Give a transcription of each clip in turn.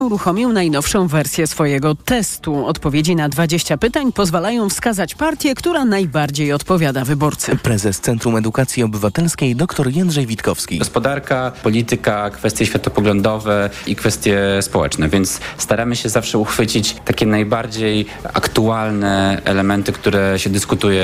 uruchomił najnowszą wersję swojego testu. Odpowiedzi na 20 pytań pozwalają wskazać partię, która najbardziej odpowiada wyborcy. Prezes Centrum Edukacji Obywatelskiej dr Jędrzej Witkowski. Gospodarka, polityka, kwestie światopoglądowe i kwestie społeczne, więc staramy się zawsze uchwycić takie najbardziej aktualne elementy, które się dyskutuje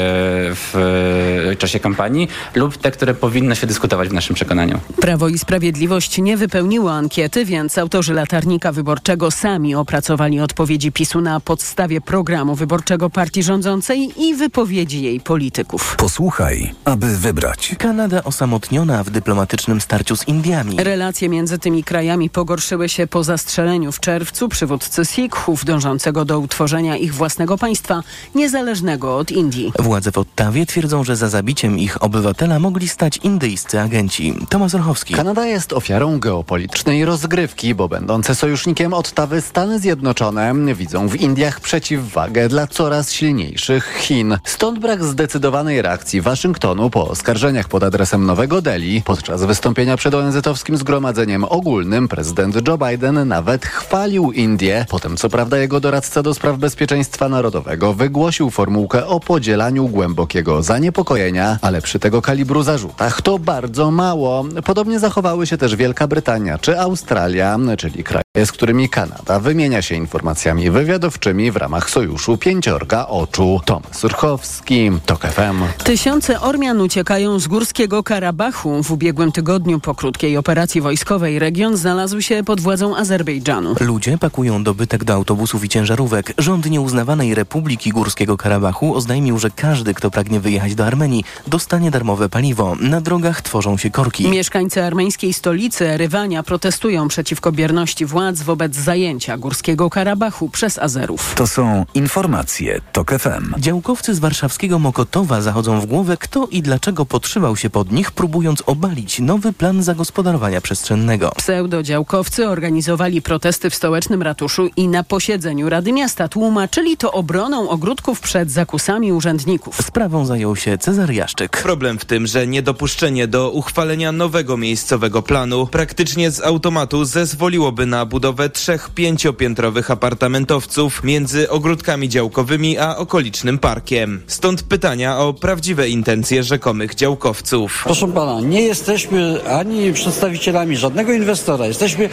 w czasie kampanii lub te, które powinno się dyskutować w naszym przekonaniu. Prawo i Sprawiedliwość nie wypełniło ankiety, więc autorzy latarnika wyborczego sami opracowali odpowiedzi PiS-u na podstawie programu wyborczego partii rządzącej i wypowiedzi jej polityków. Posłuchaj, aby wybrać. Kanada osamotniona w dyplomatycznym starciu z Indiami. Relacje między tymi krajami pogorszyły się po zastrzeleniu w czerwcu przywódcy Sikhów dążącego do utworzenia ich własnego państwa, niezależnego od Indii. Władze w Ottawie twierdzą, że za zabiciem ich obywatela mogli stać indyjscy agenci. Tomasz Orchowski. Kanada jest ofiarą geopolitycznej rozgrywki, bo będące sojusznikiem Ottawy Stany Zjednoczone widzą w Indiach przeciwwagę dla coraz silniejszych Chin. Stąd brak zdecydowanej reakcji Waszyngtonu po oskarżeniach pod adresem Nowego Delhi. Podczas wystąpienia przed ONZ-owskim Zgromadzeniem Ogólnym prezydent Joe Biden nawet chwalił Indię. Potem co prawda jego doradca do spraw bezpieczeństwa narodowego wygłosił formułkę o podzielaniu głębokiego zaniepokojenia, ale przy tego kalibru zarzutach to bardzo mało. Podobnie zachowały się też Wielka Brytania czy Australia, czyli kraje, z którymi Kanada wymienia się informacjami wywiadowczymi w ramach sojuszu Pięciorga Oczu. Tomasz Surchowski, TOK FM. Tysiące Ormian uciekają z Górskiego Karabachu. W ubiegłym tygodniu po krótkiej operacji wojskowej region znalazł się pod władzą Azerbejdżanu. Ludzie pakują dobytek do autobusów i ciężarówek. Rząd nieuznawanej Republiki Górskiego Karabachu oznajmił, że każdy, kto pragnie wyjechać do Armenii, dostanie darmowe paliwo. Na drogach tworzą się korki. Mieszkańcy armeńskiej stolicy Erywania protestują przeciwko bierności władz wobec zajęcia Górskiego Karabachu przez Azerów. To są informacje TOK FM. Działkowcy z warszawskiego Mokotowa zachodzą w głowę, kto i dlaczego podszywał się pod nich, próbując obalić nowy plan zagospodarowania przestrzennego. Pseudodziałkowcy organizowali protesty w stołecznym ratuszu i na posiedzeniu Rady Miasta tłumaczyli to obroną ogródków przed zakusami urzędników. Sprawą zajął się Cezary Jaszczyk. Problem w tym, że niedopuszczenie do uchwalenia nowego miejscowego planu praktycznie z automatu zezwoliłoby na budowę 3 pięciopiętrowych apartamentowców między ogródkami działkowymi a okolicznym parkiem. Stąd pytania o prawdziwe intencje rzekomych działkowców. Proszę pana, nie jesteśmy ani przedstawicielami żadnego inwestora. Jesteśmy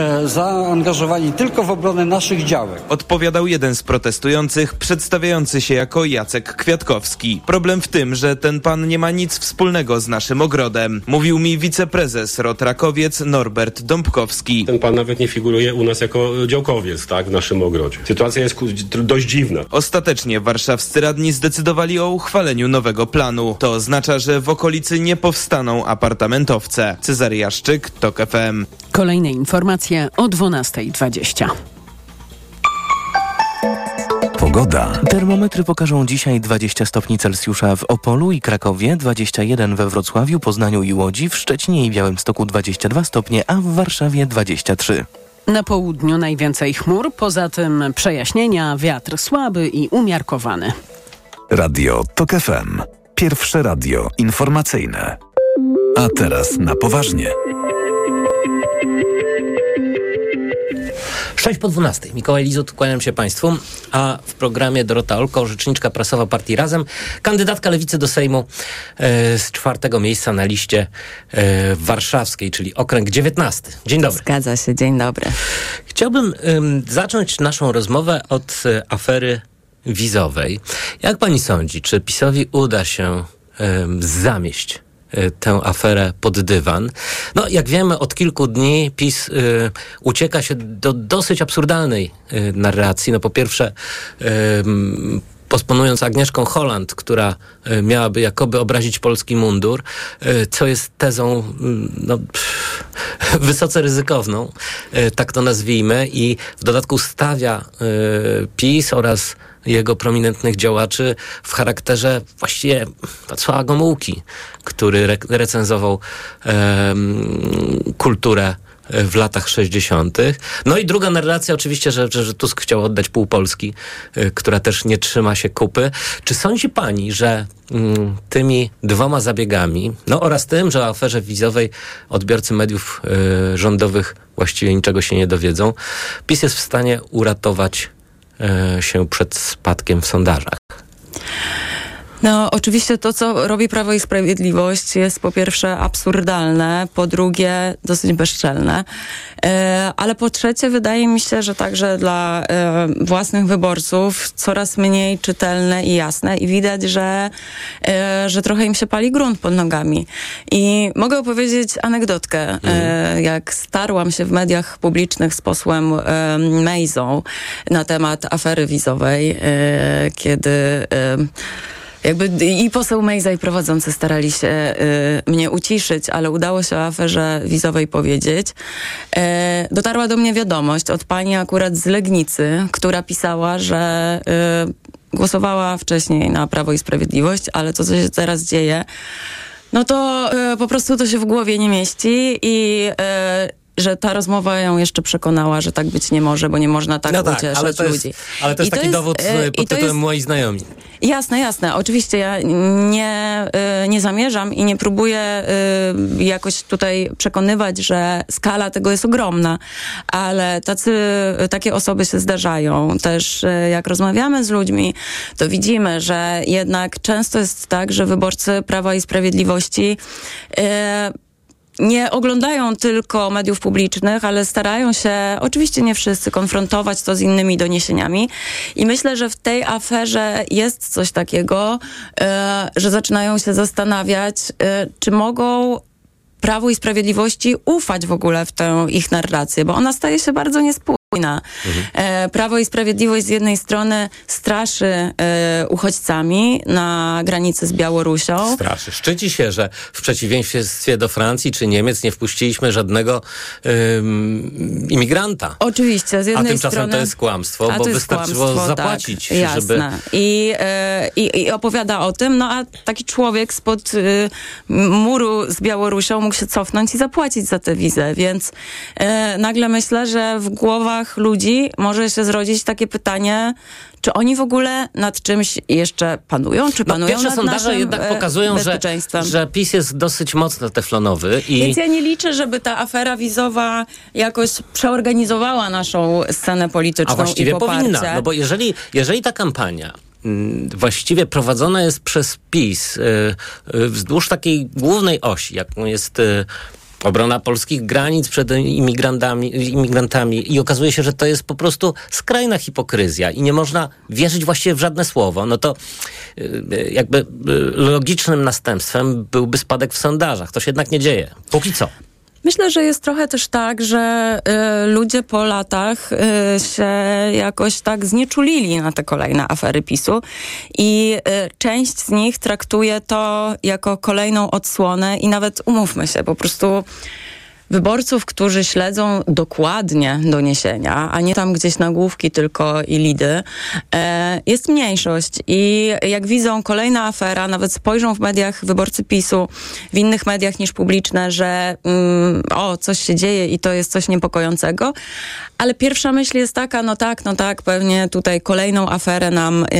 zaangażowani tylko w obronę naszych działek. Odpowiadał jeden z protestujących, przedstawiający się jako Jacek Kwiatkowski. Problem w tym, że ten pan nie ma nic wspólnego z naszym ogrodem. Mówił mi wiceprezes ROT Rakowiec Norbert Dąbkowski. Ten pan nawet nie figuruje u nas jako działkowiec, tak, w naszym ogrodzie. Sytuacja jest dość dziwna. Ostatecznie warszawscy radni zdecydowali o uchwaleniu nowego planu. To oznacza, że w okolicy nie powstaną apartamentowce. Cezary Jaszczyk, TOK FM. Kolejne informacje o 12:20. Pogoda. Termometry pokażą dzisiaj 20 stopni Celsjusza w Opolu i Krakowie, 21 we Wrocławiu, Poznaniu i Łodzi, w Szczecinie i Białymstoku 22 stopnie, a w Warszawie 23. Na południu najwięcej chmur, poza tym przejaśnienia, wiatr słaby i umiarkowany. Radio TOK FM. Pierwsze radio informacyjne. A teraz na poważnie. 6:12. Mikołaj Lizut, kłaniam się Państwu. A w programie Dorota Olko, rzeczniczka prasowa partii Razem, kandydatka Lewicy do Sejmu z 4. miejsca na liście warszawskiej, czyli okręg 19. Dzień dobry. Zgadza się, dzień dobry. Chciałbym zacząć naszą rozmowę od afery wizowej. Jak pani sądzi, czy PiS-owi uda się zamieść tę aferę pod dywan? No, jak wiemy, od kilku dni PiS ucieka się do dosyć absurdalnej narracji. No, po pierwsze, posponując Agnieszką Holland, która miałaby jakoby obrazić polski mundur, co jest tezą wysoce ryzykowną, tak to nazwijmy, i w dodatku stawia PiS oraz jego prominentnych działaczy w charakterze właściwie Wacława Gomułki, który recenzował kulturę w latach 60. No i druga narracja oczywiście, że Tusk chciał oddać pół Polski, która też nie trzyma się kupy. Czy sądzi pani, że tymi dwoma zabiegami, no oraz tym, że o aferze wizowej odbiorcy mediów rządowych właściwie niczego się nie dowiedzą, PiS jest w stanie uratować się przed spadkiem w sondażach? No, oczywiście to, co robi Prawo i Sprawiedliwość, jest po pierwsze absurdalne, po drugie dosyć bezczelne, ale po trzecie wydaje mi się, że także dla własnych wyborców coraz mniej czytelne i jasne i widać, że trochę im się pali grunt pod nogami. I mogę opowiedzieć anegdotkę. Jak starłam się w mediach publicznych z posłem Mejzą na temat afery wizowej, kiedy jakby i poseł Mejza, i prowadzący starali się mnie uciszyć, ale udało się o aferze wizowej powiedzieć. Dotarła do mnie wiadomość od pani akurat z Legnicy, która pisała, że głosowała wcześniej na Prawo i Sprawiedliwość, ale to, co się teraz dzieje, no to po prostu to się w głowie nie mieści i że ta rozmowa ją jeszcze przekonała, że tak być nie może, bo nie można tak ucieszać ludzi. Ale to jest taki dowód pod tytułem moi znajomi. Jasne. Oczywiście ja nie zamierzam i nie próbuję jakoś tutaj przekonywać, że skala tego jest ogromna, ale takie osoby się zdarzają. Też jak rozmawiamy z ludźmi, to widzimy, że jednak często jest tak, że wyborcy Prawa i Sprawiedliwości nie oglądają tylko mediów publicznych, ale starają się, oczywiście nie wszyscy, konfrontować to z innymi doniesieniami. I myślę, że w tej aferze jest coś takiego, że zaczynają się zastanawiać, czy mogą Prawu i Sprawiedliwości ufać w ogóle w tę ich narrację, bo ona staje się bardzo niespójna. Prawo i Sprawiedliwość z jednej strony straszy uchodźcami na granicy z Białorusią. Straszy. Szczyci się, że w przeciwieństwie do Francji czy Niemiec nie wpuściliśmy żadnego imigranta. Oczywiście, z jednej strony. A tymczasem to jest kłamstwo, bo wystarczyło zapłacić. Tak, jasne. Żeby... I opowiada o tym, no a taki człowiek spod muru z Białorusią mógł się cofnąć i zapłacić za tę wizę, więc nagle myślę, że w głowach ludzi może się zrodzić takie pytanie, czy oni w ogóle nad czymś jeszcze panują, czy panują nad naszym sondaże jednak pokazują, że PiS jest dosyć mocno teflonowy. Więc ja nie liczę, żeby ta afera wizowa jakoś przeorganizowała naszą scenę polityczną. A właściwie i poparcie. powinna, no bo jeżeli ta kampania właściwie prowadzona jest przez PiS wzdłuż takiej głównej osi, jaką jest obrona polskich granic przed imigrantami i okazuje się, że to jest po prostu skrajna hipokryzja i nie można wierzyć właściwie w żadne słowo, no to jakby logicznym następstwem byłby spadek w sondażach. To się jednak nie dzieje. Póki co. Myślę, że jest trochę też tak, że ludzie po latach się jakoś tak znieczulili na te kolejne afery PiS-u i część z nich traktuje to jako kolejną odsłonę i nawet, umówmy się, po prostu wyborców, którzy śledzą dokładnie doniesienia, a nie tam gdzieś nagłówki tylko i lidy, jest mniejszość. I jak widzą kolejna afera, nawet spojrzą w mediach wyborcy PiS-u, w innych mediach niż publiczne, że coś się dzieje i to jest coś niepokojącego, ale pierwsza myśl jest taka, no tak, pewnie tutaj kolejną aferę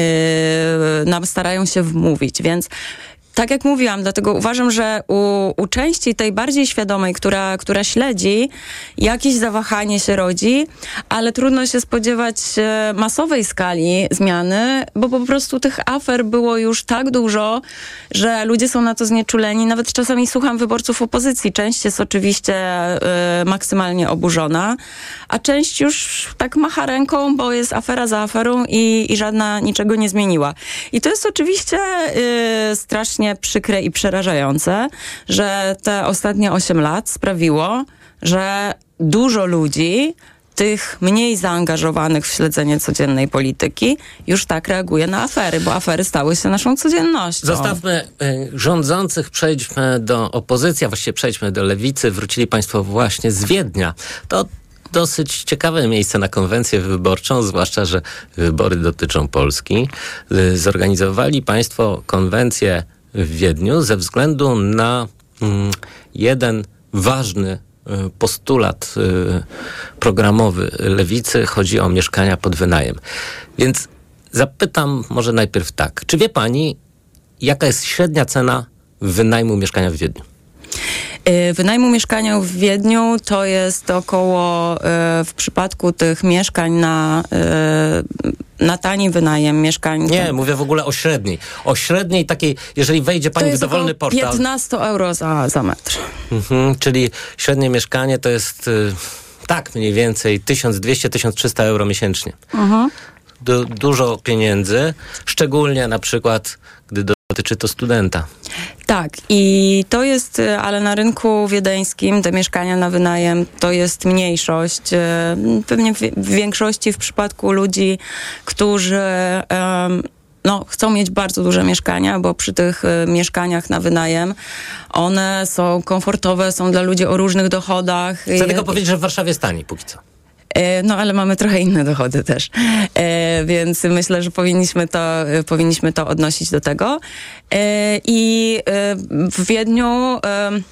nam starają się wmówić, więc tak jak mówiłam, dlatego uważam, że u części tej bardziej świadomej, która śledzi, jakieś zawahanie się rodzi, ale trudno się spodziewać masowej skali zmiany, bo po prostu tych afer było już tak dużo, że ludzie są na to znieczuleni. Nawet czasami słucham wyborców opozycji. Część jest oczywiście maksymalnie oburzona, a część już tak macha ręką, bo jest afera za aferą i żadna niczego nie zmieniła. I to jest oczywiście strasznie przykre i przerażające, że te ostatnie 8 lat sprawiło, że dużo ludzi, tych mniej zaangażowanych w śledzenie codziennej polityki, już tak reaguje na afery, bo afery stały się naszą codziennością. Zostawmy rządzących, przejdźmy do opozycji, a właściwie przejdźmy do lewicy. Wrócili państwo właśnie z Wiednia. To dosyć ciekawe miejsce na konwencję wyborczą, zwłaszcza, że wybory dotyczą Polski. Zorganizowali państwo konwencję w Wiedniu ze względu na jeden ważny postulat programowy Lewicy, chodzi o mieszkania pod wynajem. Więc zapytam może najpierw tak. Czy wie pani, jaka jest średnia cena wynajmu mieszkania w Wiedniu? Wynajmu mieszkania w Wiedniu to jest około, w przypadku tych mieszkań na tani wynajem mieszkań. Nie, mówię w ogóle o średniej. O średniej takiej, jeżeli wejdzie pani w dowolny portal. 15 euro za metr. Czyli średnie mieszkanie to jest tak mniej więcej 1200-1300 euro miesięcznie. Dużo pieniędzy, szczególnie na przykład, gdy dotyczy to studenta. Tak, i to jest, ale na rynku wiedeńskim te mieszkania na wynajem to jest mniejszość. Pewnie w większości w przypadku ludzi, którzy chcą mieć bardzo duże mieszkania, bo przy tych mieszkaniach na wynajem one są komfortowe, są dla ludzi o różnych dochodach. Chcę tylko powiedzieć, że w Warszawie jest taniej póki co. No, ale mamy trochę inne dochody też, więc myślę, że powinniśmy to odnosić do tego. I w Wiedniu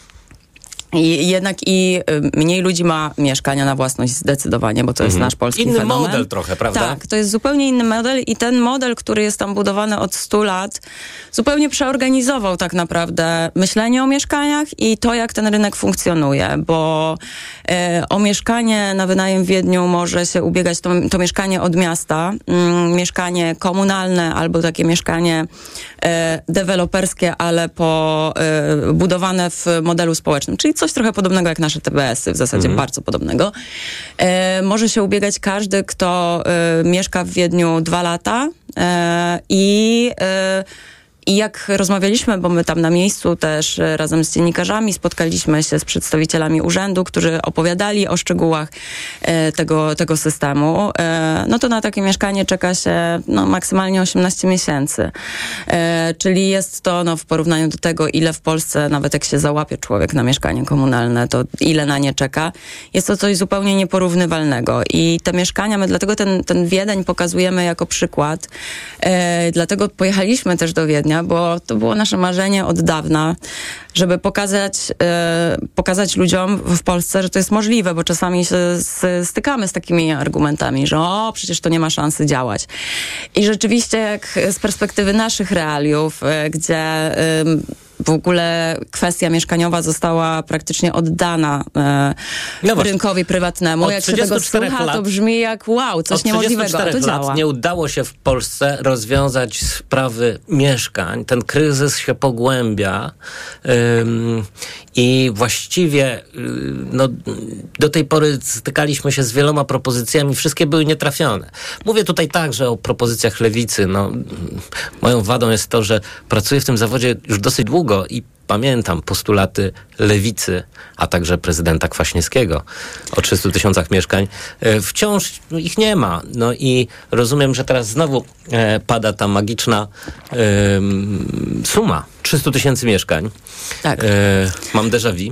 jednak mniej ludzi ma mieszkania na własność zdecydowanie, bo to jest nasz polski fenomen. Inny model trochę, prawda? Tak, to jest zupełnie inny model i ten model, który jest tam budowany od 100 lat, zupełnie przeorganizował tak naprawdę myślenie o mieszkaniach i to, jak ten rynek funkcjonuje, bo o mieszkanie na wynajem w Wiedniu może się ubiegać to mieszkanie od miasta, mieszkanie komunalne albo takie mieszkanie deweloperskie, ale budowane w modelu społecznym, czyli coś trochę podobnego jak nasze TBS-y, w zasadzie bardzo podobnego. Może się ubiegać każdy, kto mieszka w Wiedniu 2 lata i jak rozmawialiśmy, bo my tam na miejscu też razem z dziennikarzami spotkaliśmy się z przedstawicielami urzędu, którzy opowiadali o szczegółach tego systemu, no to na takie mieszkanie czeka się maksymalnie 18 miesięcy. Czyli jest to w porównaniu do tego, ile w Polsce, nawet jak się załapie człowiek na mieszkanie komunalne, to ile na nie czeka, jest to coś zupełnie nieporównywalnego. I te mieszkania, my dlatego ten Wiedeń pokazujemy jako przykład. Dlatego pojechaliśmy też do Wiednia, bo to było nasze marzenie od dawna, żeby pokazać ludziom w Polsce, że to jest możliwe, bo czasami się stykamy z takimi argumentami, że przecież to nie ma szansy działać. I rzeczywiście, jak z perspektywy naszych realiów, gdzie w ogóle kwestia mieszkaniowa została praktycznie oddana rynkowi prywatnemu. Jak się tego słucha, to brzmi jak wow, coś niemożliwego, a to działa. Nie udało się w Polsce rozwiązać sprawy mieszkań. Ten kryzys się pogłębia i właściwie do tej pory stykaliśmy się z wieloma propozycjami, wszystkie były nietrafione. Mówię tutaj także o propozycjach Lewicy. Moją wadą jest to, że pracuję w tym zawodzie już dosyć długo i pamiętam postulaty Lewicy, a także prezydenta Kwaśniewskiego o 300 000 mieszkań. Wciąż ich nie ma. I rozumiem, że teraz znowu pada ta magiczna suma 300 000 mieszkań. Tak. Mam déjà vu.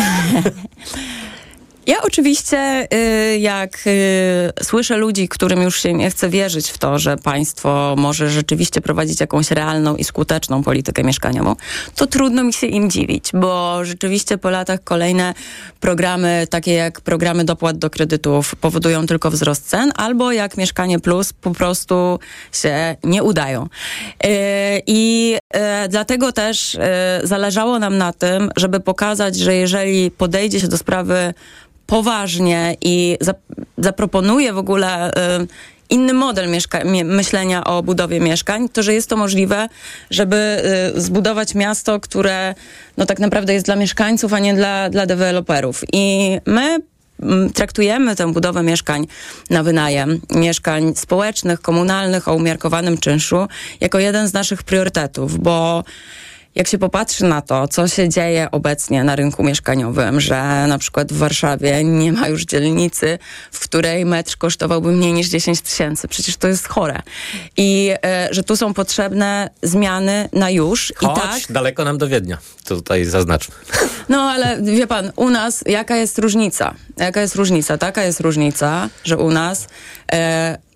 Ja oczywiście, jak słyszę ludzi, którym już się nie chce wierzyć w to, że państwo może rzeczywiście prowadzić jakąś realną i skuteczną politykę mieszkaniową, to trudno mi się im dziwić, bo rzeczywiście po latach kolejne programy, takie jak programy dopłat do kredytów, powodują tylko wzrost cen, albo jak Mieszkanie Plus po prostu się nie udają. I dlatego też zależało nam na tym, żeby pokazać, że jeżeli podejdzie się do sprawy poważnie i zaproponuje w ogóle inny model myślenia o budowie mieszkań, to że jest to możliwe, żeby zbudować miasto, które tak naprawdę jest dla mieszkańców, a nie dla deweloperów. I my traktujemy tę budowę mieszkań na wynajem, mieszkań społecznych, komunalnych o umiarkowanym czynszu jako jeden z naszych priorytetów, bo jak się popatrzy na to, co się dzieje obecnie na rynku mieszkaniowym, że na przykład w Warszawie nie ma już dzielnicy, w której metr kosztowałby mniej niż 10 000. Przecież to jest chore. I że tu są potrzebne zmiany na już. Choć daleko nam do Wiednia. To tutaj zaznaczmy. Ale wie pan, u nas jaka jest różnica? Taka jest różnica, że u nas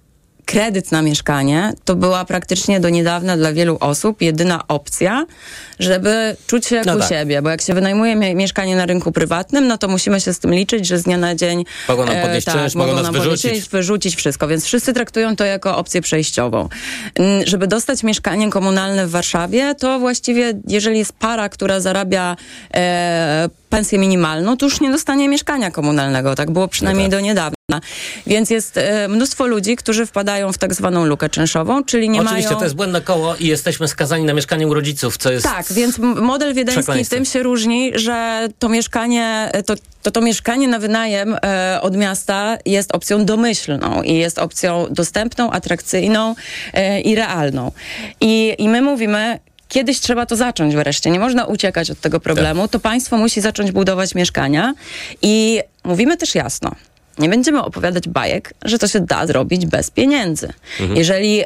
kredyt na mieszkanie to była praktycznie do niedawna dla wielu osób jedyna opcja, żeby czuć się jak u siebie, bo jak się wynajmuje mieszkanie na rynku prywatnym, no to musimy się z tym liczyć, że z dnia na dzień mogą nam podnieść czynsz, mogą nas wyrzucić wszystko, więc wszyscy traktują to jako opcję przejściową. Żeby dostać mieszkanie komunalne w Warszawie, to właściwie, jeżeli jest para, która zarabia pensję minimalną, to już nie dostanie mieszkania komunalnego. Tak było przynajmniej do niedawna. Więc jest mnóstwo ludzi, którzy wpadają w tak zwaną lukę czynszową, czyli nie mają... Oczywiście, to jest błędne koło i jesteśmy skazani na mieszkanie u rodziców, co jest... Tak, więc model wiedeński tym się różni, że to mieszkanie, to mieszkanie na wynajem od miasta jest opcją domyślną i jest opcją dostępną, atrakcyjną i realną. I my mówimy, kiedyś trzeba to zacząć wreszcie. Nie można uciekać od tego problemu. Tak. To państwo musi zacząć budować mieszkania i mówimy też jasno, nie będziemy opowiadać bajek, że to się da zrobić bez pieniędzy. Jeżeli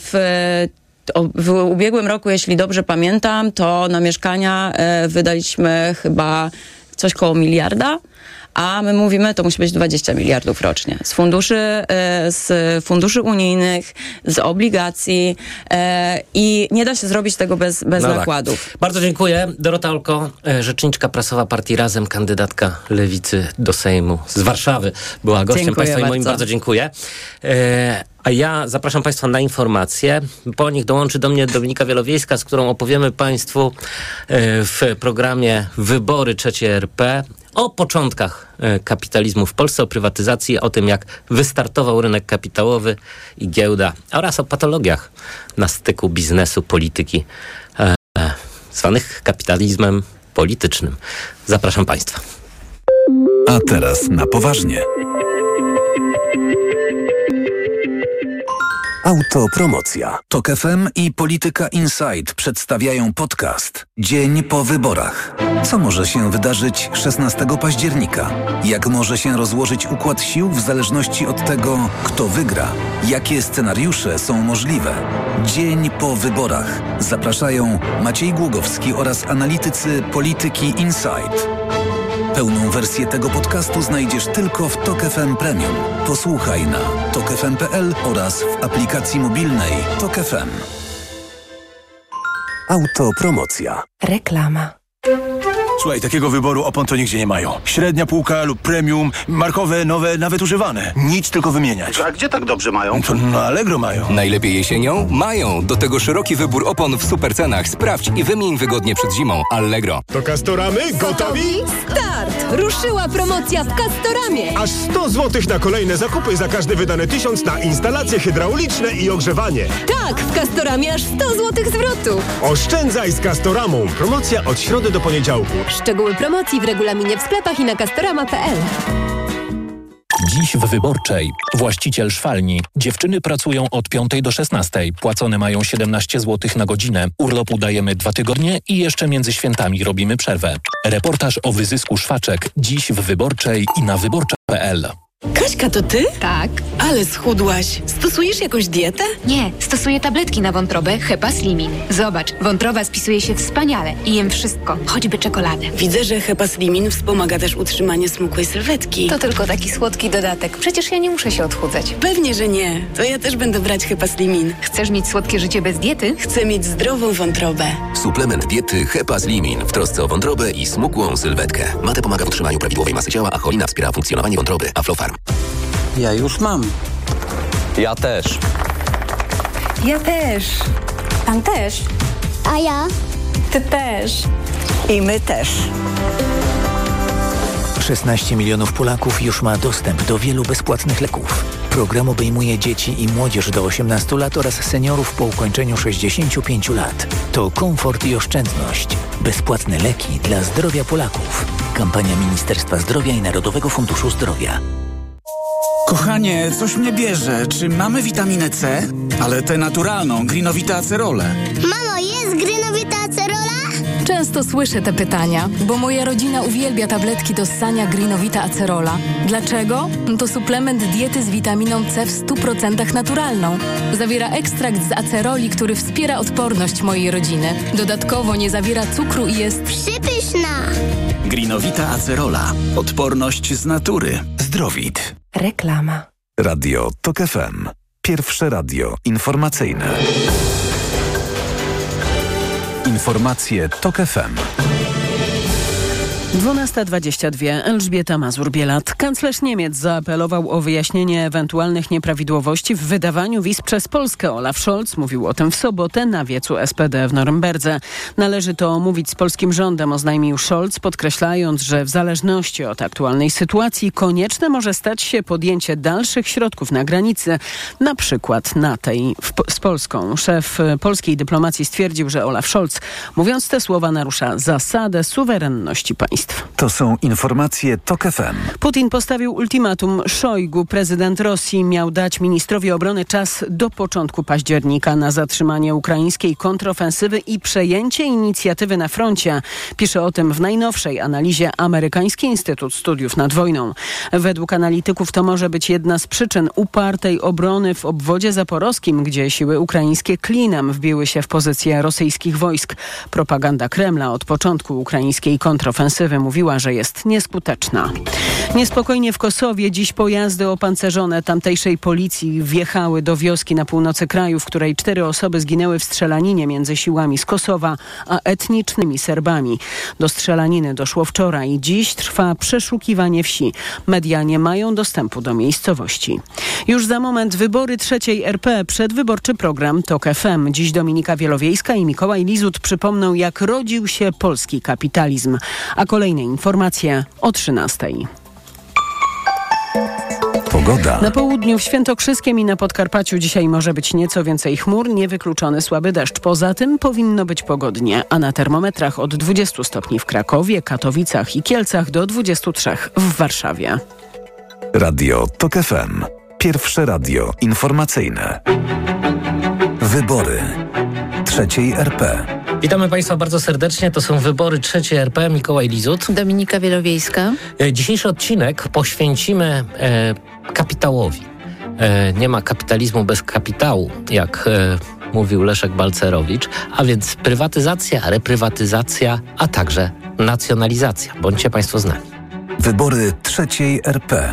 w ubiegłym roku, jeśli dobrze pamiętam, to na mieszkania wydaliśmy chyba coś koło 1 miliarda, a my mówimy, to musi być 20 miliardów rocznie. Z funduszy unijnych, z obligacji i nie da się zrobić tego bez nakładów. Tak. Bardzo dziękuję. Dorota Olko, rzeczniczka prasowa partii Razem, kandydatka Lewicy do Sejmu z Warszawy. Była gościem dziękuję Państwa i moim bardzo dziękuję. A ja zapraszam Państwa na informacje. Po nich dołączy do mnie Dominika Wielowiejska, z którą opowiemy Państwu w programie Wybory III RP o początkach kapitalizmu w Polsce, o prywatyzacji, o tym, jak wystartował rynek kapitałowy i giełda oraz o patologiach na styku biznesu, polityki, zwanych kapitalizmem politycznym. Zapraszam Państwa. A teraz na poważnie. Autopromocja. TOK FM i Polityka Insight przedstawiają podcast Dzień po wyborach. Co może się wydarzyć 16 października? Jak może się rozłożyć układ sił w zależności od tego, kto wygra? Jakie scenariusze są możliwe? Dzień po wyborach. Zapraszają Maciej Głogowski oraz analitycy Polityki Insight. Pełną wersję tego podcastu znajdziesz tylko w TOK FM Premium. Posłuchaj na tokfm.pl oraz w aplikacji mobilnej TOK FM. Autopromocja. Reklama. Słuchaj, takiego wyboru opon to nigdzie nie mają. Średnia półka lub premium, markowe, nowe, nawet używane. Nic tylko wymieniać. A gdzie tak dobrze mają? To na Allegro mają. Najlepiej jesienią? Mają. Do tego szeroki wybór opon w supercenach. Sprawdź i wymień wygodnie przed zimą. Allegro. To Castoramy? Gotowi? Start! Ruszyła promocja w Castoramie. Aż 100 zł na kolejne zakupy za każdy wydany 1000 na instalacje hydrauliczne i ogrzewanie. Tak, w Castoramie aż 100 zł zwrotu. Oszczędzaj z Castoramą. Promocja od środy do poniedziałku. Szczegóły promocji w regulaminie w sklepach i na castorama.pl. Dziś w Wyborczej. Właściciel szwalni. Dziewczyny pracują od 5 do 16. Płacone mają 17 zł na godzinę. Urlopu dajemy 2 tygodnie i jeszcze między świętami robimy przerwę. Reportaż o wyzysku szwaczek. Dziś w Wyborczej i na wyborcza.pl. Kaśka, to ty? Tak. Ale schudłaś. Stosujesz jakąś dietę? Nie, stosuję tabletki na wątrobę Hepaslimin. Zobacz, wątroba spisuje się wspaniale i jem wszystko, choćby czekoladę. Widzę, że Hepaslimin wspomaga też utrzymanie smukłej sylwetki. To tylko taki słodki dodatek. Przecież ja nie muszę się odchudzać. Pewnie, że nie. To ja też będę brać Hepaslimin. Chcesz mieć słodkie życie bez diety? Chcę mieć zdrową wątrobę. Suplement diety Hepaslimin w trosce o wątrobę i smukłą sylwetkę. Mate pomaga w utrzymaniu prawidłowej masy ciała, a cholina wspiera funkcjonowanie wątroby. Aflofarm. Ja już mam. Ja też. Ja też. Pan też. A ja? Ty też. I my też. 16 milionów Polaków już ma dostęp do wielu bezpłatnych leków. Program obejmuje dzieci i młodzież do 18 lat oraz seniorów po ukończeniu 65 lat. To komfort i oszczędność. Bezpłatne leki dla zdrowia Polaków. Kampania Ministerstwa Zdrowia i Narodowego Funduszu Zdrowia. Kochanie, coś mnie bierze. Czy mamy witaminę C? Ale tę naturalną, Greenowite Acerole. Mamo, jest Greenowite Acerola? Często słyszę te pytania, bo moja rodzina uwielbia tabletki do ssania Greenowite Acerola. Dlaczego? To suplement diety z witaminą C w 100% naturalną. Zawiera ekstrakt z aceroli, który wspiera odporność mojej rodziny. Dodatkowo nie zawiera cukru i jest przypyszna. Greenowite Acerola. Odporność z natury. Zdrowit. Reklama. Radio TOK FM. Pierwsze radio informacyjne. Informacje TOK FM. 12:22. Elżbieta Mazur-Bielat. Kanclerz Niemiec zaapelował o wyjaśnienie ewentualnych nieprawidłowości w wydawaniu wiz przez Polskę. Olaf Scholz mówił o tym w sobotę na wiecu SPD w Norymberdze. Należy to omówić z polskim rządem, oznajmił Scholz, podkreślając, że w zależności od aktualnej sytuacji konieczne może stać się podjęcie dalszych środków na granicy, na przykład na tej z Polską. Szef polskiej dyplomacji stwierdził, że Olaf Scholz, mówiąc te słowa, narusza zasadę suwerenności państw. To są informacje TOK FM. Putin postawił ultimatum Szojgu. Prezydent Rosji miał dać ministrowi obrony czas do początku października na zatrzymanie ukraińskiej kontrofensywy i przejęcie inicjatywy na froncie. Pisze o tym w najnowszej analizie Amerykański Instytut Studiów nad Wojną. Według analityków to może być jedna z przyczyn upartej obrony w obwodzie zaporowskim, gdzie siły ukraińskie klinem wbiły się w pozycje rosyjskich wojsk. Propaganda Kremla od początku ukraińskiej kontrofensywy mówiła, że jest nieskuteczna. Niespokojnie w Kosowie. Dziś pojazdy opancerzone tamtejszej policji wjechały do wioski na północy kraju, w której 4 osoby zginęły w strzelaninie między siłami z Kosowa a etnicznymi Serbami. Do strzelaniny doszło wczoraj i dziś trwa przeszukiwanie wsi. Media nie mają dostępu do miejscowości. Już za moment wybory 3. RP. Przedwyborczy program TOK FM. Dziś Dominika Wielowiejska i Mikołaj Lizut przypomną, jak rodził się polski kapitalizm. A kolejne informacje o 13:00. Pogoda. Na południu, w Świętokrzyskiem i na Podkarpaciu dzisiaj może być nieco więcej chmur, niewykluczony słaby deszcz. Poza tym powinno być pogodnie, a na termometrach od 20 stopni w Krakowie, Katowicach i Kielcach do 23 w Warszawie. Radio TOK FM. Pierwsze radio informacyjne. Wybory 3. RP. Witamy Państwa bardzo serdecznie. To są wybory 3. RP. Mikołaj Lizut. Dominika Wielowiejska. Dzisiejszy odcinek poświęcimy kapitałowi. Nie ma kapitalizmu bez kapitału, jak mówił Leszek Balcerowicz, a więc prywatyzacja, reprywatyzacja, a także nacjonalizacja. Bądźcie Państwo z nami. Wybory 3. RP.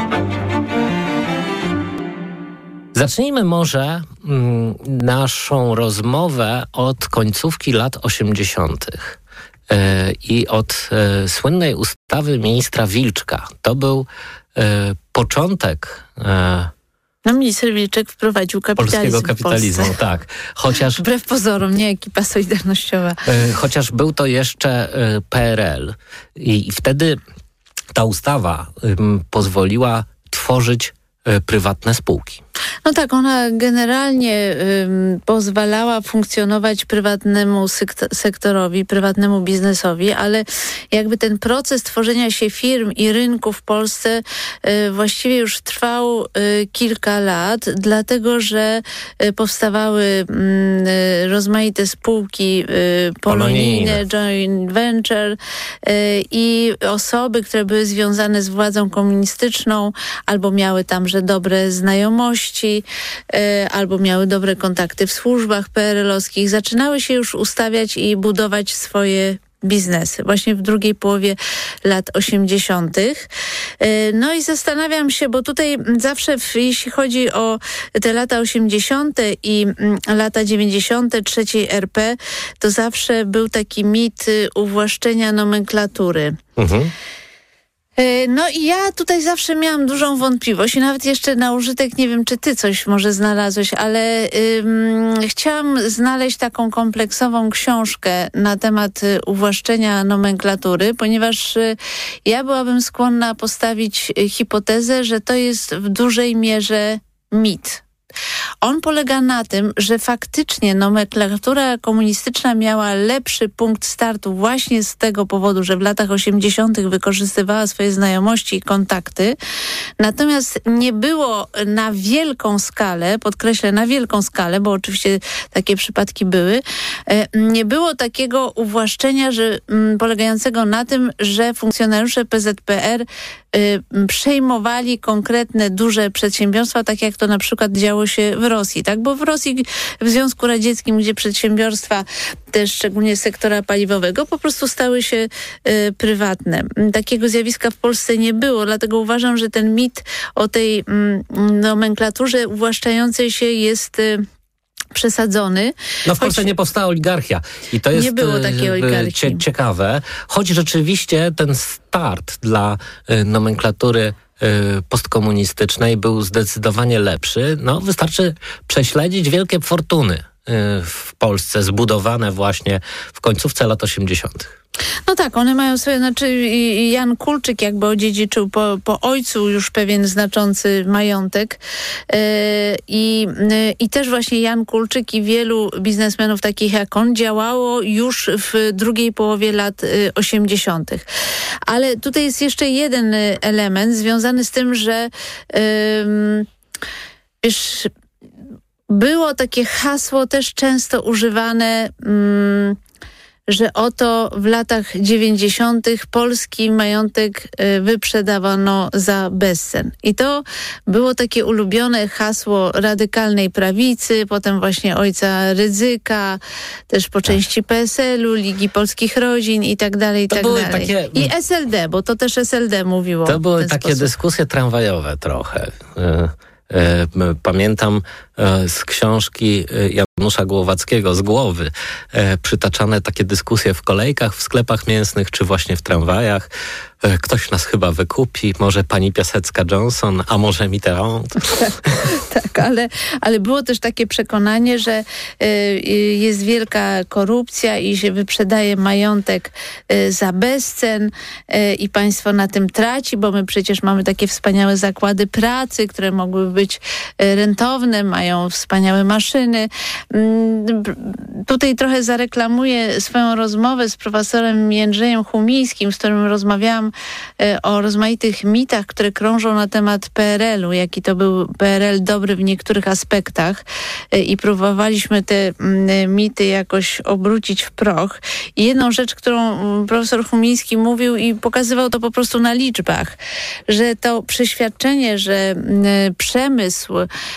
Zacznijmy może naszą rozmowę od końcówki lat 80. I od słynnej ustawy ministra Wilczka. To był początek minister Wilczek wprowadził kapitalizm polskiego kapitalizmu, w Polsce. tak. Chociaż wbrew pozorom, nie ekipa solidarnościowa. Chociaż był to jeszcze PRL. I wtedy ta ustawa pozwoliła tworzyć prywatne spółki. No tak, ona generalnie pozwalała funkcjonować prywatnemu sektorowi, prywatnemu biznesowi, ale jakby ten proces tworzenia się firm i rynku w Polsce właściwie już trwał kilka lat, dlatego że powstawały rozmaite spółki polonijne, joint venture i osoby, które były związane z władzą komunistyczną albo miały tamże dobre znajomości, albo miały dobre kontakty w służbach PRL-owskich, zaczynały się już ustawiać i budować swoje biznesy, właśnie w drugiej połowie lat 80. No i zastanawiam się, bo tutaj zawsze, jeśli chodzi o te lata 80. i lata 90. 3. RP, to zawsze był taki mit uwłaszczenia nomenklatury. No i ja tutaj zawsze miałam dużą wątpliwość i nawet jeszcze na użytek, nie wiem, czy ty coś może znalazłeś, ale chciałam znaleźć taką kompleksową książkę na temat uwłaszczenia nomenklatury, ponieważ ja byłabym skłonna postawić hipotezę, że to jest w dużej mierze mit. On polega na tym, że faktycznie nomenklatura komunistyczna miała lepszy punkt startu właśnie z tego powodu, że w latach 80. wykorzystywała swoje znajomości i kontakty. Natomiast nie było na wielką skalę, podkreślę na wielką skalę, bo oczywiście takie przypadki były, nie było takiego uwłaszczenia, polegającego na tym, że funkcjonariusze PZPR przejmowali konkretne, duże przedsiębiorstwa, tak jak to na przykład działo się w Rosji, tak? Bo w Rosji, w Związku Radzieckim, gdzie przedsiębiorstwa, też szczególnie sektora paliwowego, po prostu stały się prywatne. Takiego zjawiska w Polsce nie było, dlatego uważam, że ten mit o tej nomenklaturze uwłaszczającej się jest przesadzony. No w Polsce nie powstała oligarchia i to jest nie było takiej oligarchii. Ciekawe, choć rzeczywiście ten start dla nomenklatury postkomunistycznej był zdecydowanie lepszy. No wystarczy prześledzić wielkie fortuny w Polsce zbudowane właśnie w końcówce lat 80. No tak, one mają swoje, Jan Kulczyk jakby odziedziczył po ojcu już pewien znaczący majątek i też właśnie Jan Kulczyk i wielu biznesmenów takich jak on działało już w drugiej połowie lat 80. Ale tutaj jest jeszcze jeden element związany z tym, że wiesz, było takie hasło też często używane, że oto w latach 90. polski majątek wyprzedawano za bezcen. I to było takie ulubione hasło radykalnej prawicy, potem właśnie ojca Rydzyka, też po części PSL-u, Ligi Polskich Rodzin i tak dalej, i tak dalej. I SLD, bo to też SLD mówiło. To były takie dyskusje tramwajowe trochę. Pamiętam z książki Janusza Głowackiego, z głowy, przytaczane takie dyskusje w kolejkach, w sklepach mięsnych, czy właśnie w tramwajach. Ktoś nas chyba wykupi, może pani Piasecka-Johnson, a może Mitterrand. Tak, ale było też takie przekonanie, że jest wielka korupcja i się wyprzedaje majątek za bezcen i państwo na tym traci, bo my przecież mamy takie wspaniałe zakłady pracy, które mogłyby być rentowne, mają wspaniałe maszyny. Tutaj trochę zareklamuję swoją rozmowę z profesorem Jędrzejem Chumińskim, z którym rozmawiałam o rozmaitych mitach, które krążą na temat PRL-u, jaki to był PRL dobry w niektórych aspektach i próbowaliśmy te mity jakoś obrócić w proch. I jedną rzecz, którą profesor Chumiński mówił i pokazywał to po prostu na liczbach, że to przeświadczenie, że przemysł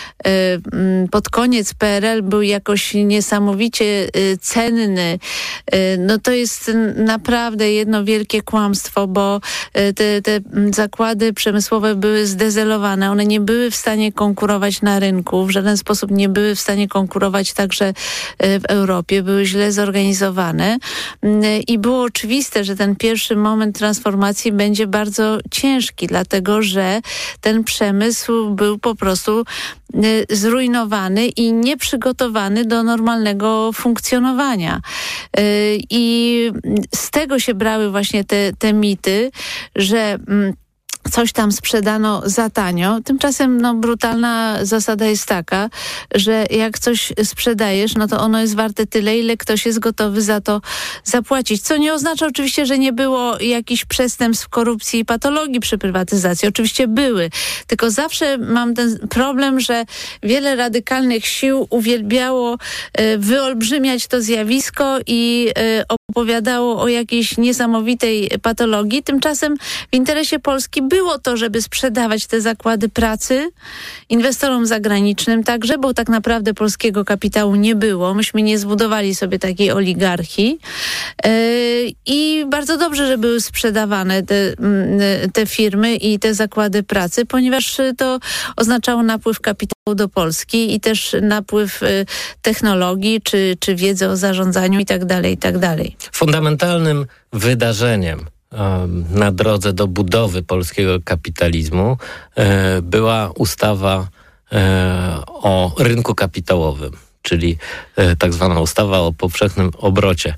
pod koniec PRL był jakoś niesamowicie cenny, no to jest naprawdę jedno wielkie kłamstwo, bo te zakłady przemysłowe były zdezelowane, one nie były w stanie konkurować na rynku, w żaden sposób nie były w stanie konkurować także w Europie, były źle zorganizowane i było oczywiste, że ten pierwszy moment transformacji będzie bardzo ciężki, dlatego że ten przemysł był po prostu zrujnowany i nieprzygotowany do normalnego funkcjonowania. I z tego się brały właśnie te mity, że coś tam sprzedano za tanio. Tymczasem brutalna zasada jest taka, że jak coś sprzedajesz, no to ono jest warte tyle, ile ktoś jest gotowy za to zapłacić. Co nie oznacza oczywiście, że nie było jakichś przestępstw, korupcji i patologii przy prywatyzacji. Oczywiście były. Tylko zawsze mam ten problem, że wiele radykalnych sił uwielbiało wyolbrzymiać to zjawisko i opowiadało o jakiejś niesamowitej patologii. Tymczasem w interesie Polski było to, żeby sprzedawać te zakłady pracy inwestorom zagranicznym także, bo tak naprawdę polskiego kapitału nie było. Myśmy nie zbudowali sobie takiej oligarchii. I bardzo dobrze, że były sprzedawane te firmy i te zakłady pracy, ponieważ to oznaczało napływ kapitału do Polski i też napływ technologii czy wiedzy o zarządzaniu i tak dalej, i tak dalej. Fundamentalnym wydarzeniem na drodze do budowy polskiego kapitalizmu była ustawa o rynku kapitałowym, czyli tak zwana ustawa o powszechnym obrocie.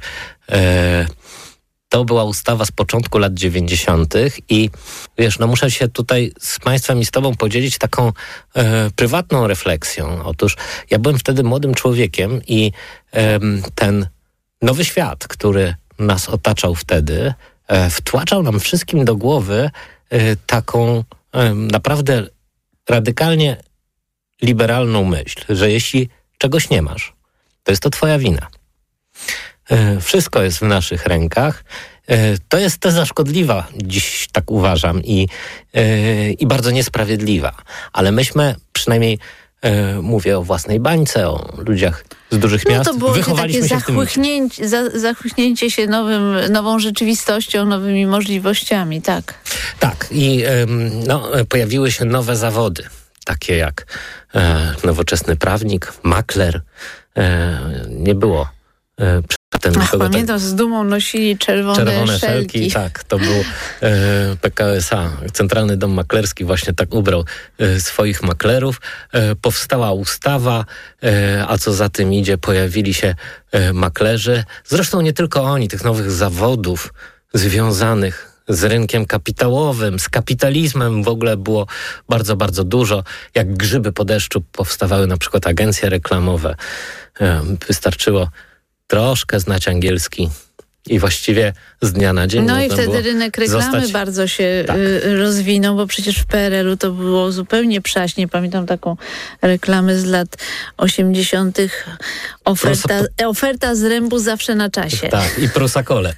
To była ustawa z początku lat 90. i wiesz, muszę się tutaj z Państwem i z Tobą podzielić taką prywatną refleksją. Otóż ja byłem wtedy młodym człowiekiem i ten nowy świat, który nas otaczał wtedy, wtłaczał nam wszystkim do głowy taką naprawdę radykalnie liberalną myśl, że jeśli czegoś nie masz, to jest to twoja wina. Wszystko jest w naszych rękach To jest teza szkodliwa, dziś tak uważam, i bardzo niesprawiedliwa. Ale myśmy przynajmniej, mówię o własnej bańce, o ludziach z dużych miast, to było wychowaliśmy takie się zachłyśnięcie się nową rzeczywistością, nowymi możliwościami, tak. Tak, i pojawiły się nowe zawody, takie jak nowoczesny prawnik, makler. Nie było pamiętam, z dumą nosili czerwone szelki. Tak, to był PKSA, Centralny Dom Maklerski, właśnie tak ubrał swoich maklerów. Powstała ustawa, a co za tym idzie, pojawili się maklerzy. Zresztą nie tylko oni, tych nowych zawodów związanych z rynkiem kapitałowym, z kapitalizmem w ogóle było bardzo, bardzo dużo. Jak grzyby po deszczu powstawały na przykład agencje reklamowe. Wystarczyło troszkę znać angielski i właściwie z dnia na dzień. No i wtedy rynek reklamy bardzo się rozwinął, bo przecież w PRL-u to było zupełnie przaśnie. Pamiętam taką reklamę z lat 80. Oferta z Rębu zawsze na czasie. Tak, i Prusakoleb.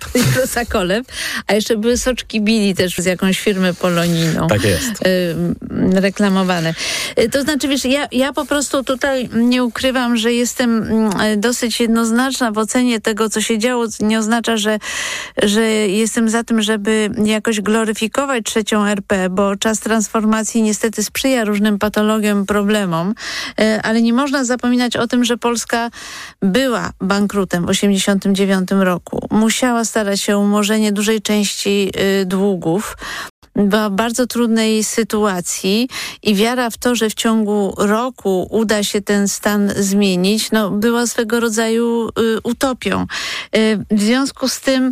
A jeszcze były soczki Billy też z jakąś firmy polonijną. Tak jest. Reklamowane. To znaczy, wiesz, ja po prostu tutaj nie ukrywam, że jestem dosyć jednoznaczna w ocenie tego, co się działo. Nie oznacza, że jestem za tym, żeby jakoś gloryfikować trzecią RP, bo czas transformacji niestety sprzyja różnym patologiom, problemom, ale nie można zapominać o tym, że Polska była bankrutem w 1989 roku. Musiała starać się o umorzenie dużej części długów. Była w bardzo trudnej sytuacji i wiara w to, że w ciągu roku uda się ten stan zmienić, była swego rodzaju utopią. W związku z tym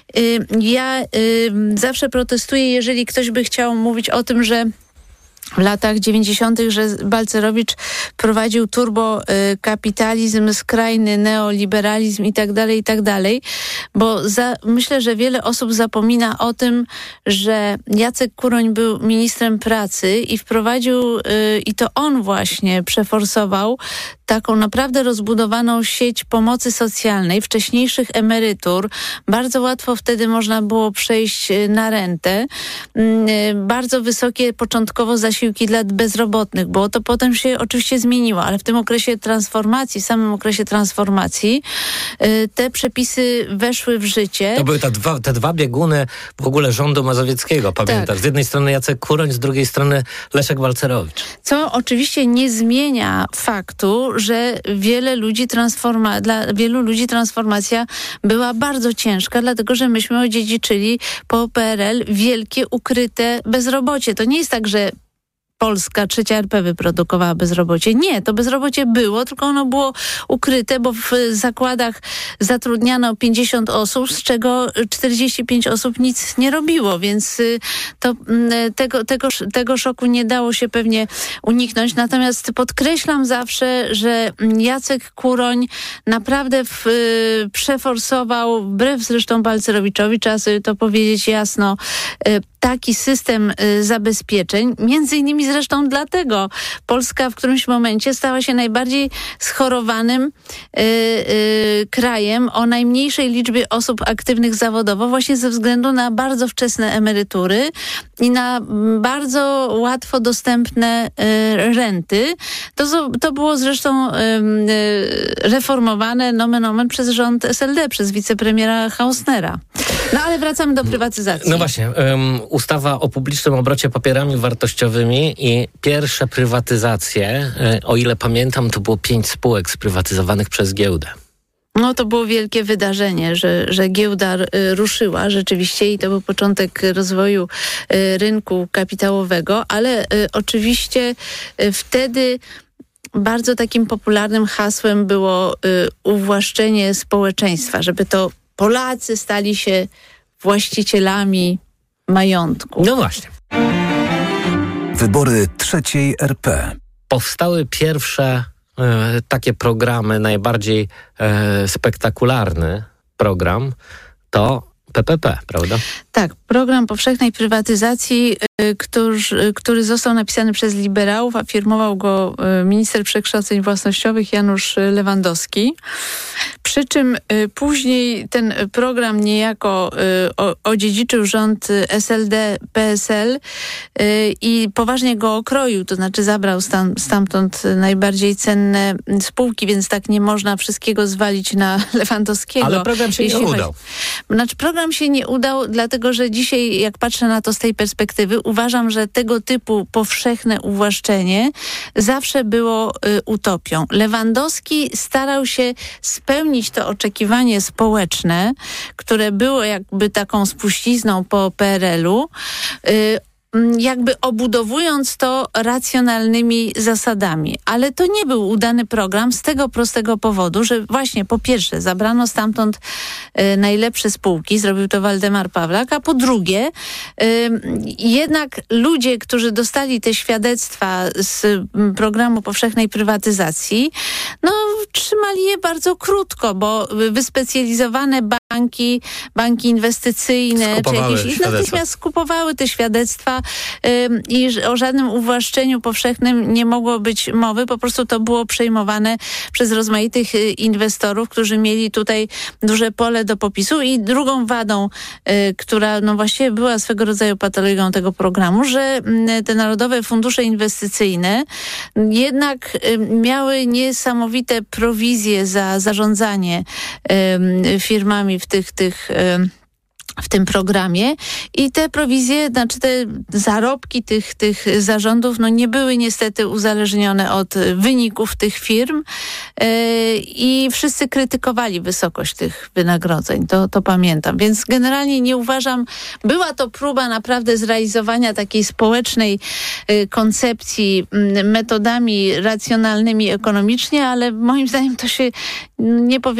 ja zawsze protestuję, jeżeli ktoś by chciał mówić o tym, że w latach 90., że Balcerowicz prowadził turbokapitalizm, skrajny neoliberalizm i tak dalej, bo myślę, że wiele osób zapomina o tym, że Jacek Kuroń był ministrem pracy i wprowadził, i to on właśnie przeforsował taką naprawdę rozbudowaną sieć pomocy socjalnej, wcześniejszych emerytur. Bardzo łatwo wtedy można było przejść na rentę. Bardzo wysokie początkowo zasiłki dla bezrobotnych, bo to potem się oczywiście zmieniło, ale w tym okresie transformacji, w samym okresie transformacji te przepisy weszły w życie. To były te dwa bieguny w ogóle rządu mazowieckiego, pamiętasz? Tak. Z jednej strony Jacek Kuroń, z drugiej strony Leszek Balcerowicz. Co oczywiście nie zmienia faktu, że dla wielu ludzi transformacja była bardzo ciężka, dlatego że myśmy odziedziczyli po PRL wielkie, ukryte bezrobocie. To nie jest tak, że Polska, trzecia RP wyprodukowała bezrobocie. Nie, to bezrobocie było, tylko ono było ukryte, bo w zakładach zatrudniano 50 osób, z czego 45 osób nic nie robiło, więc tego szoku nie dało się pewnie uniknąć. Natomiast podkreślam zawsze, że Jacek Kuroń naprawdę przeforsował, wbrew zresztą Balcerowiczowi, trzeba sobie to powiedzieć jasno, taki system zabezpieczeń. Między innymi zresztą dlatego Polska w którymś momencie stała się najbardziej schorowanym krajem o najmniejszej liczbie osób aktywnych zawodowo, właśnie ze względu na bardzo wczesne emerytury i na bardzo łatwo dostępne renty. To było zresztą reformowane nomen omen przez rząd SLD, przez wicepremiera Hausnera. No ale wracamy do prywatyzacji. No właśnie, ustawa o publicznym obrocie papierami wartościowymi i pierwsze prywatyzacje, o ile pamiętam, to było 5 spółek sprywatyzowanych przez giełdę. No to było wielkie wydarzenie, że giełda ruszyła rzeczywiście i to był początek rozwoju rynku kapitałowego, ale oczywiście wtedy bardzo takim popularnym hasłem było uwłaszczenie społeczeństwa, żeby to Polacy stali się właścicielami majątku. No właśnie. Wybory trzeciej RP. Powstały pierwsze takie programy, najbardziej spektakularny program to PPP, prawda? Tak, program powszechnej prywatyzacji, który został napisany przez liberałów, a firmował go minister przekształceń własnościowych Janusz Lewandowski. Przy czym później ten program niejako odziedziczył rząd SLD-PSL i poważnie go okroił, to znaczy zabrał stamtąd najbardziej cenne spółki, więc tak nie można wszystkiego zwalić na Lewandowskiego. Ale program się nie udał. Znaczy program się nie udał, dlatego że dzisiaj, jak patrzę na to z tej perspektywy, uważam, że tego typu powszechne uwłaszczenie zawsze było utopią. Lewandowski starał się spełnić to oczekiwanie społeczne, które było jakby taką spuścizną po PRL-u, jakby obudowując to racjonalnymi zasadami. Ale to nie był udany program z tego prostego powodu, że właśnie po pierwsze zabrano stamtąd najlepsze spółki, zrobił to Waldemar Pawlak, a po drugie jednak ludzie, którzy dostali te świadectwa z programu powszechnej prywatyzacji, no trzymali je bardzo krótko, bo wyspecjalizowane banki inwestycyjne czy jakieś natychmiast skupowały te świadectwa i o żadnym uwłaszczeniu powszechnym nie mogło być mowy. Po prostu to było przejmowane przez rozmaitych inwestorów, którzy mieli tutaj duże pole do popisu. I drugą wadą, która no właściwie była swego rodzaju patologią tego programu, że te narodowe fundusze inwestycyjne jednak miały niesamowite prowizje za zarządzanie firmami w tym programie i te prowizje, znaczy te zarobki tych zarządów, no nie były niestety uzależnione od wyników tych firm i wszyscy krytykowali wysokość tych wynagrodzeń, to pamiętam. Więc generalnie nie uważam, była to próba naprawdę zrealizowania takiej społecznej koncepcji metodami racjonalnymi ekonomicznie, ale moim zdaniem to się nie powiodło.